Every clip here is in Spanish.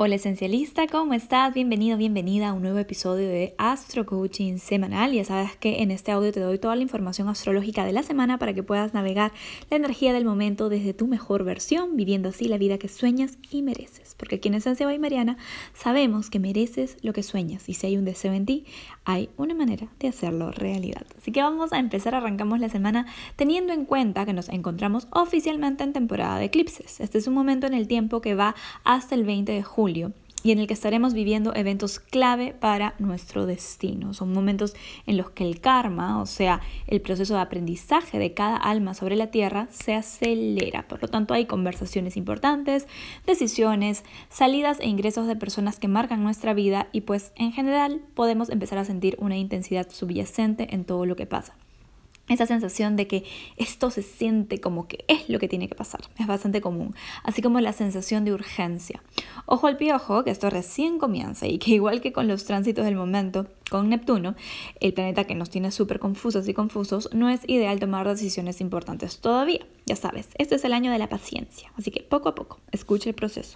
Hola esencialista, ¿cómo estás? Bienvenido, bienvenida a un nuevo episodio de Astro Coaching Semanal. Ya sabes que en este audio te doy toda la información astrológica de la semana para que puedas navegar la energía del momento desde tu mejor versión, viviendo así la vida que sueñas y mereces. Porque aquí en Esencia by Mariana sabemos que mereces lo que sueñas y si hay un deseo en ti, hay una manera de hacerlo realidad. Así que vamos a empezar, arrancamos la semana teniendo en cuenta que nos encontramos oficialmente en temporada de eclipses. Este es un momento en el tiempo que va hasta el 20 de julio y en el que estaremos viviendo eventos clave para nuestro destino. Son momentos en los que el karma, o sea, el proceso de aprendizaje de cada alma sobre la tierra, se acelera. Por lo tanto, hay conversaciones importantes, decisiones, salidas e ingresos de personas que marcan nuestra vida y pues en general podemos empezar a sentir una intensidad subyacente en todo lo que pasa. Esa sensación de que esto se siente como que es lo que tiene que pasar es bastante común, así como la sensación de urgencia. Ojo al piojo, que esto recién comienza y que igual que con los tránsitos del momento con Neptuno, el planeta que nos tiene súper confusos y confusos, no es ideal tomar decisiones importantes todavía. Ya sabes, este es el año de la paciencia, así que poco a poco, escucha el proceso.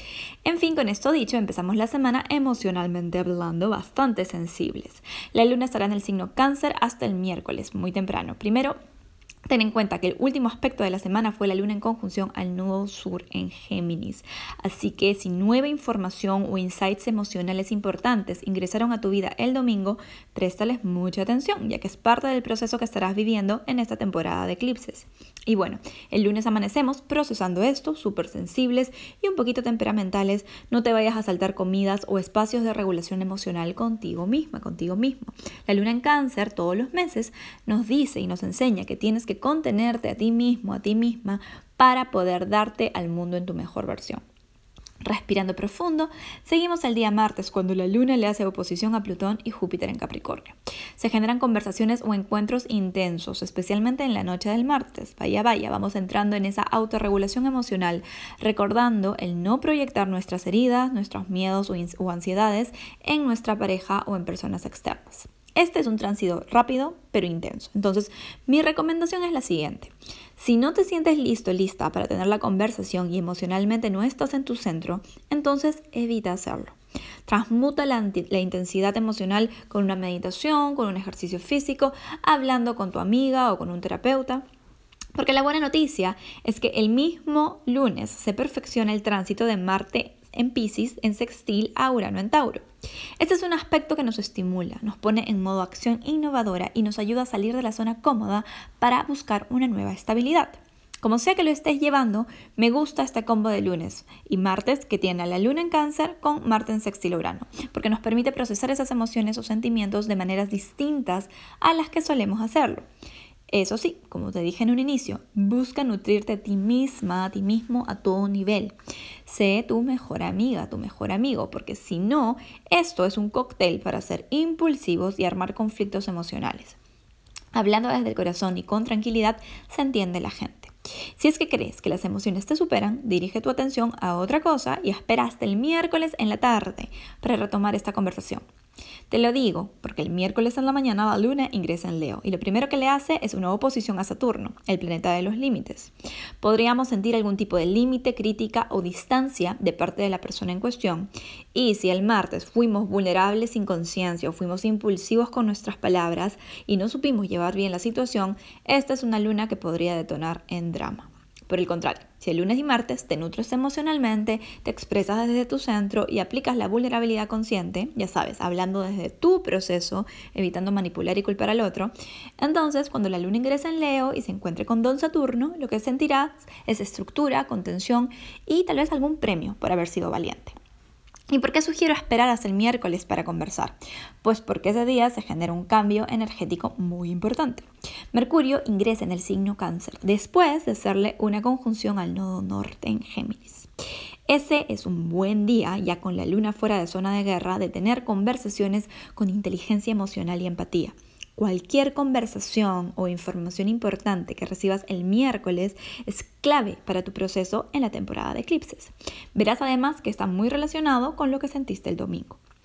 En fin, con esto dicho, empezamos la semana emocionalmente hablando bastante sensibles. La luna estará en el signo Cáncer hasta el miércoles, muy temprano. Primero, ten en cuenta que el último aspecto de la semana fue la luna en conjunción al nodo sur en Géminis. Así que si nueva información o insights emocionales importantes ingresaron a tu vida el domingo, préstales mucha atención, ya que es parte del proceso que estarás viviendo en esta temporada de eclipses. Y bueno, el lunes amanecemos procesando esto, súper sensibles y un poquito temperamentales. No te vayas a saltar comidas o espacios de regulación emocional contigo misma, contigo mismo. La luna en Cáncer todos los meses nos dice y nos enseña que tienes que contenerte a ti mismo, a ti misma, para poder darte al mundo en tu mejor versión. Respirando profundo, seguimos el día martes cuando la luna le hace oposición a Plutón y Júpiter en Capricornio. Se generan conversaciones o encuentros intensos, especialmente en la noche del martes. Vaya, vamos entrando en esa autorregulación emocional, recordando el no proyectar nuestras heridas, nuestros miedos o ansiedades en nuestra pareja o en personas externas. Este es un tránsito rápido, pero intenso. Entonces, mi recomendación es la siguiente. Si no te sientes listo, lista para tener la conversación y emocionalmente no estás en tu centro, entonces evita hacerlo. Transmuta la intensidad emocional con una meditación, con un ejercicio físico, hablando con tu amiga o con un terapeuta. Porque la buena noticia es que el mismo lunes se perfecciona el tránsito de Marte en Piscis en sextil a Urano en Tauro. Este es un aspecto que nos estimula, nos pone en modo acción innovadora y nos ayuda a salir de la zona cómoda para buscar una nueva estabilidad. Como sea que lo estés llevando, me gusta este combo de lunes y martes que tiene a la luna en Cáncer con Marte en sextil a Urano, porque nos permite procesar esas emociones o sentimientos de maneras distintas a las que solemos hacerlo. Eso sí, como te dije en un inicio, busca nutrirte a ti misma, a ti mismo, a todo nivel. Sé tu mejor amiga, tu mejor amigo, porque si no, esto es un cóctel para ser impulsivos y armar conflictos emocionales. Hablando desde el corazón y con tranquilidad, se entiende la gente. Si es que crees que las emociones te superan, dirige tu atención a otra cosa y espera hasta el miércoles en la tarde para retomar esta conversación. Te lo digo porque el miércoles en la mañana la luna ingresa en Leo y lo primero que le hace es una oposición a Saturno, el planeta de los límites. Podríamos sentir algún tipo de límite, crítica o distancia de parte de la persona en cuestión y si el martes fuimos vulnerables sin conciencia o fuimos impulsivos con nuestras palabras y no supimos llevar bien la situación, esta es una luna que podría detonar en drama. Por el contrario, si el lunes y martes te nutres emocionalmente, te expresas desde tu centro y aplicas la vulnerabilidad consciente, ya sabes, hablando desde tu proceso, evitando manipular y culpar al otro, entonces cuando la luna ingresa en Leo y se encuentre con Don Saturno, lo que sentirás es estructura, contención y tal vez algún premio por haber sido valiente. ¿Y por qué sugiero esperar hasta el miércoles para conversar? Pues porque ese día se genera un cambio energético muy importante. Mercurio ingresa en el signo Cáncer después de hacerle una conjunción al nodo norte en Géminis. Ese es un buen día, ya con la luna fuera de zona de guerra, de tener conversaciones con inteligencia emocional y empatía. Cualquier conversación o información importante que recibas el miércoles es clave para tu proceso en la temporada de eclipses. Verás además que está muy relacionado con lo que sentiste el domingo.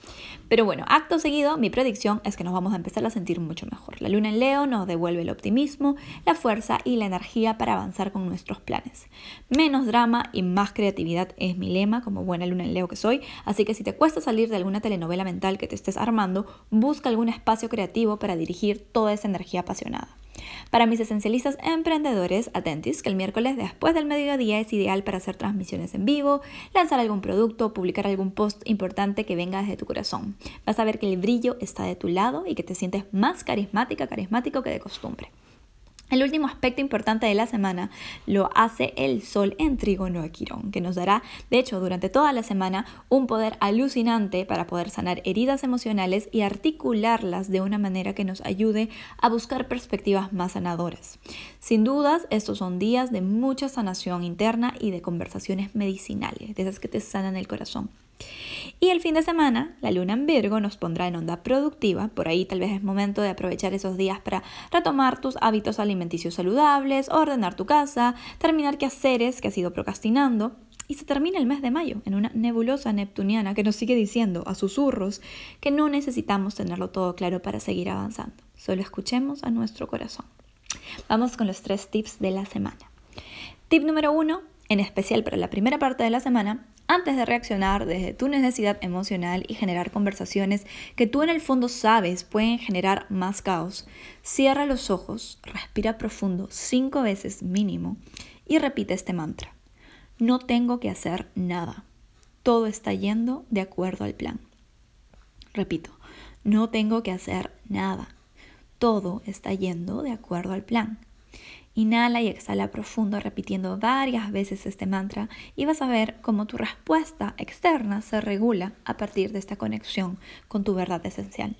Pero bueno, acto seguido, mi predicción es que nos vamos a empezar a sentir mucho mejor. La luna en Leo nos devuelve el optimismo, la fuerza y la energía para avanzar con nuestros planes. Menos drama y más creatividad es mi lema como buena luna en Leo que soy, así que si te cuesta salir de alguna telenovela mental que te estés armando, busca algún espacio creativo para dirigir toda esa energía apasionada. Para mis esencialistas emprendedores, atentis, que el miércoles después del mediodía es ideal para hacer transmisiones en vivo, lanzar algún producto, publicar algún post importante que venga desde tu corazón. Vas a ver que el brillo está de tu lado y que te sientes más carismático que de costumbre. El último aspecto importante de la semana lo hace el Sol en trígono a Quirón, que nos dará, de hecho, durante toda la semana, un poder alucinante para poder sanar heridas emocionales y articularlas de una manera que nos ayude a buscar perspectivas más sanadoras. Sin dudas, estos son días de mucha sanación interna y de conversaciones medicinales, de esas que te sanan el corazón. Y el fin de semana, la luna en Virgo nos pondrá en onda productiva. Por ahí tal vez es momento de aprovechar esos días para retomar tus hábitos alimenticios saludables, ordenar tu casa, terminar quehaceres que has ido procrastinando. Y se termina el mes de mayo en una nebulosa neptuniana que nos sigue diciendo a susurros que no necesitamos tenerlo todo claro para seguir avanzando. Solo escuchemos a nuestro corazón. Vamos con los 3 tips de la semana. Tip número 1, en especial para la primera parte de la semana. Antes de reaccionar desde tu necesidad emocional y generar conversaciones que tú en el fondo sabes pueden generar más caos, cierra los ojos, respira profundo 5 veces mínimo y repite este mantra. No tengo que hacer nada. Todo está yendo de acuerdo al plan. Repito, no tengo que hacer nada. Todo está yendo de acuerdo al plan. Inhala y exhala profundo repitiendo varias veces este mantra y vas a ver cómo tu respuesta externa se regula a partir de esta conexión con tu verdad esencial.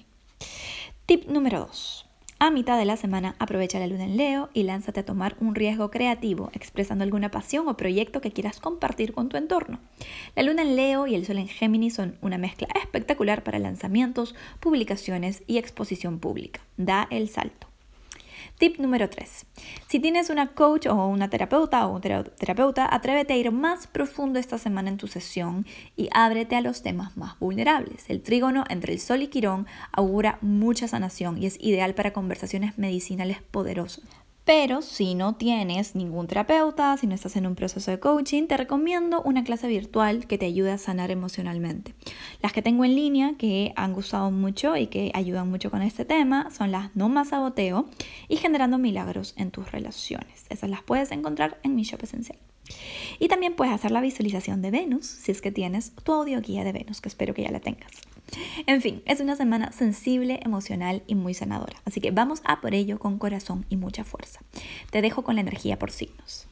Tip número 2. A mitad de la semana aprovecha la luna en Leo y lánzate a tomar un riesgo creativo expresando alguna pasión o proyecto que quieras compartir con tu entorno. La luna en Leo y el sol en Géminis son una mezcla espectacular para lanzamientos, publicaciones y exposición pública. Da el salto. Tip número 3. Si tienes una coach o una terapeuta o un terapeuta, atrévete a ir más profundo esta semana en tu sesión y ábrete a los temas más vulnerables. El trígono entre el Sol y Quirón augura mucha sanación y es ideal para conversaciones medicinales poderosas. Pero si no tienes ningún terapeuta, si no estás en un proceso de coaching, te recomiendo una clase virtual que te ayude a sanar emocionalmente. Las que tengo en línea que han gustado mucho y que ayudan mucho con este tema son las No Más Saboteo y Generando Milagros en tus relaciones. Esas las puedes encontrar en mi shop esencial. Y también puedes hacer la visualización de Venus si es que tienes tu audioguía de Venus, que espero que ya la tengas. En fin, es una semana sensible, emocional y muy sanadora. Así que vamos a por ello con corazón y mucha fuerza. Te dejo con la energía por signos.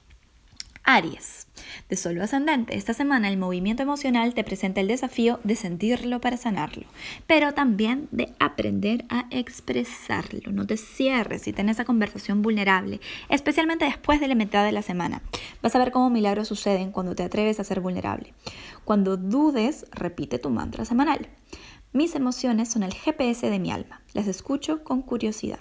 Aries, de Sol ascendente. Esta semana el movimiento emocional te presenta el desafío de sentirlo para sanarlo, pero también de aprender a expresarlo. No te cierres y ten esa conversación vulnerable, especialmente después de la mitad de la semana. Vas a ver cómo milagros suceden cuando te atreves a ser vulnerable. Cuando dudes, repite tu mantra semanal. Mis emociones son el GPS de mi alma. Las escucho con curiosidad.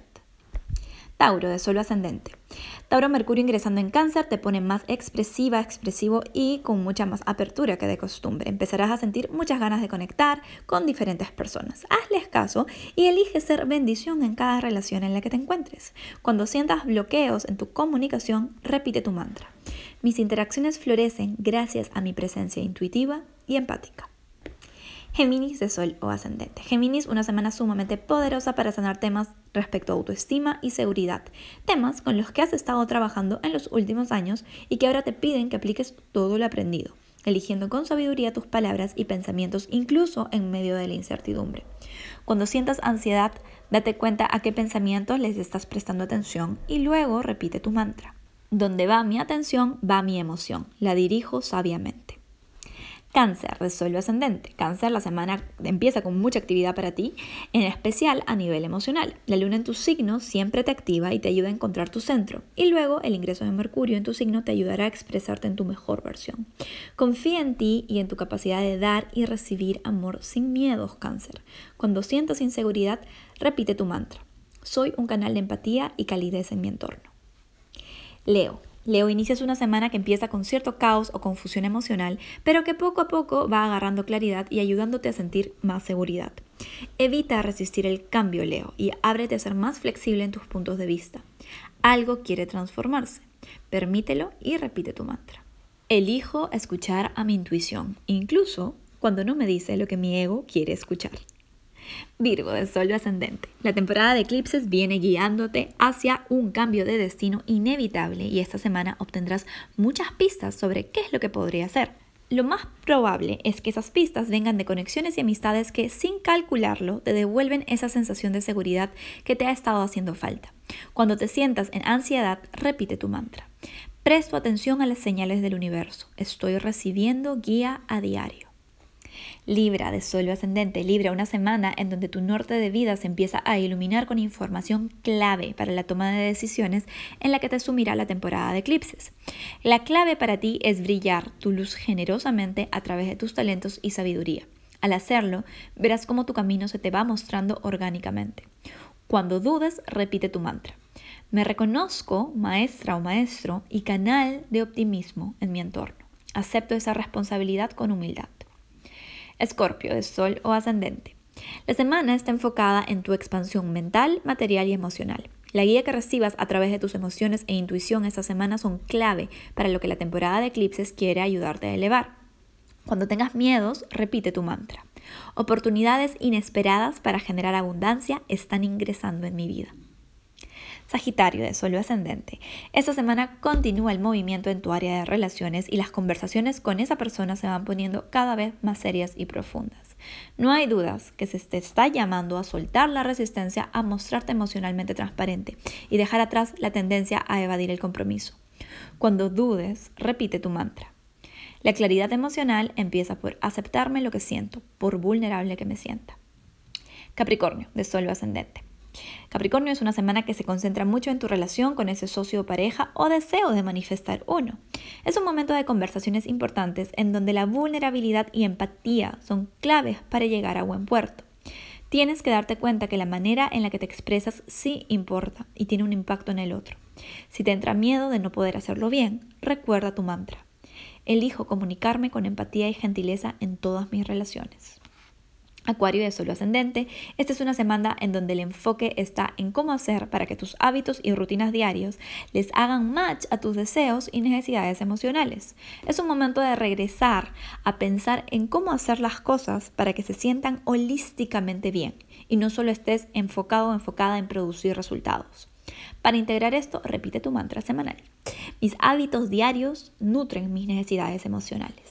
Tauro, de Sol ascendente. Tauro, Mercurio ingresando en Cáncer te pone más expresivo y con mucha más apertura que de costumbre. Empezarás a sentir muchas ganas de conectar con diferentes personas. Hazles caso y elige ser bendición en cada relación en la que te encuentres. Cuando sientas bloqueos en tu comunicación, repite tu mantra. Mis interacciones florecen gracias a mi presencia intuitiva y empática. Géminis, de Sol o ascendente. Géminis, una semana sumamente poderosa para sanar temas respecto a autoestima y seguridad. Temas con los que has estado trabajando en los últimos años y que ahora te piden que apliques todo lo aprendido, eligiendo con sabiduría tus palabras y pensamientos incluso en medio de la incertidumbre. Cuando sientas ansiedad, date cuenta a qué pensamientos les estás prestando atención y luego repite tu mantra. Donde va mi atención, va mi emoción. La dirijo sabiamente. Cáncer, de Sol ascendente. Cáncer, la semana empieza con mucha actividad para ti, en especial a nivel emocional. La luna en tu signo siempre te activa y te ayuda a encontrar tu centro. Y luego el ingreso de Mercurio en tu signo te ayudará a expresarte en tu mejor versión. Confía en ti y en tu capacidad de dar y recibir amor sin miedos, Cáncer. Cuando sientas inseguridad, repite tu mantra. Soy un canal de empatía y calidez en mi entorno. Leo, Leo, inicias una semana que empieza con cierto caos o confusión emocional, pero que poco a poco va agarrando claridad y ayudándote a sentir más seguridad. Evita resistir el cambio, Leo, y ábrete a ser más flexible en tus puntos de vista. Algo quiere transformarse. Permítelo y repite tu mantra. Elijo escuchar a mi intuición, incluso cuando no me dice lo que mi ego quiere escuchar. Virgo de Sol ascendente. La temporada de eclipses viene guiándote hacia un cambio de destino inevitable y esta semana obtendrás muchas pistas sobre qué es lo que podría ser. Lo más probable es que esas pistas vengan de conexiones y amistades que, sin calcularlo, te devuelven esa sensación de seguridad que te ha estado haciendo falta. Cuando te sientas en ansiedad, repite tu mantra. Presto atención a las señales del universo. Estoy recibiendo guía a diario. Libra de Sol ascendente. Libra, una semana en donde tu norte de vida se empieza a iluminar con información clave para la toma de decisiones en la que te sumirá la temporada de eclipses. La clave para ti es brillar tu luz generosamente a través de tus talentos y sabiduría. Al hacerlo, verás cómo tu camino se te va mostrando orgánicamente. Cuando dudes, repite tu mantra. Me reconozco maestra o maestro y canal de optimismo en mi entorno. Acepto esa responsabilidad con humildad. Escorpio de Sol o ascendente. La semana está enfocada en tu expansión mental, material y emocional. La guía que recibas a través de tus emociones e intuición esta semana son clave para lo que la temporada de eclipses quiere ayudarte a elevar. Cuando tengas miedos, repite tu mantra. Oportunidades inesperadas para generar abundancia están ingresando en mi vida. Sagitario de Sol ascendente. Esta semana continúa el movimiento en tu área de relaciones y las conversaciones con esa persona se van poniendo cada vez más serias y profundas. No hay dudas que se te está llamando a soltar la resistencia a mostrarte emocionalmente transparente y dejar atrás la tendencia a evadir el compromiso. Cuando dudes, repite tu mantra. La claridad emocional empieza por aceptarme lo que siento, por vulnerable que me sienta. Capricornio de Sol ascendente. Capricornio es una semana que se concentra mucho en tu relación con ese socio o pareja o deseo de manifestar uno. Es un momento de conversaciones importantes en donde la vulnerabilidad y empatía son claves para llegar a buen puerto. Tienes que darte cuenta que la manera en la que te expresas sí importa y tiene un impacto en el otro. Si te entra miedo de no poder hacerlo bien, recuerda tu mantra. Elijo comunicarme con empatía y gentileza en todas mis relaciones. Acuario de Sol ascendente. Esta es una semana en donde el enfoque está en cómo hacer para que tus hábitos y rutinas diarios les hagan match a tus deseos y necesidades emocionales. Es un momento de regresar a pensar en cómo hacer las cosas para que se sientan holísticamente bien y no solo estés enfocado o enfocada en producir resultados. Para integrar esto, repite tu mantra semanal. Mis hábitos diarios nutren mis necesidades emocionales.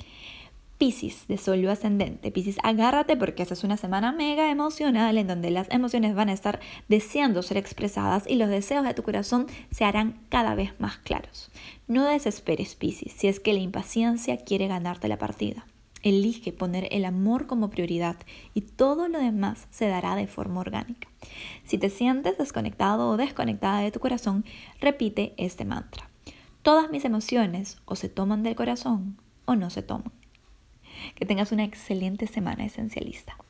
Piscis de Sol ascendente. Piscis, agárrate porque esta es una semana mega emocional en donde las emociones van a estar deseando ser expresadas y los deseos de tu corazón se harán cada vez más claros. No desesperes, Piscis, si es que la impaciencia quiere ganarte la partida. Elige poner el amor como prioridad y todo lo demás se dará de forma orgánica. Si te sientes desconectado o desconectada de tu corazón, repite este mantra. Todas mis emociones o se toman del corazón o no se toman. Que tengas una excelente semana esencialista.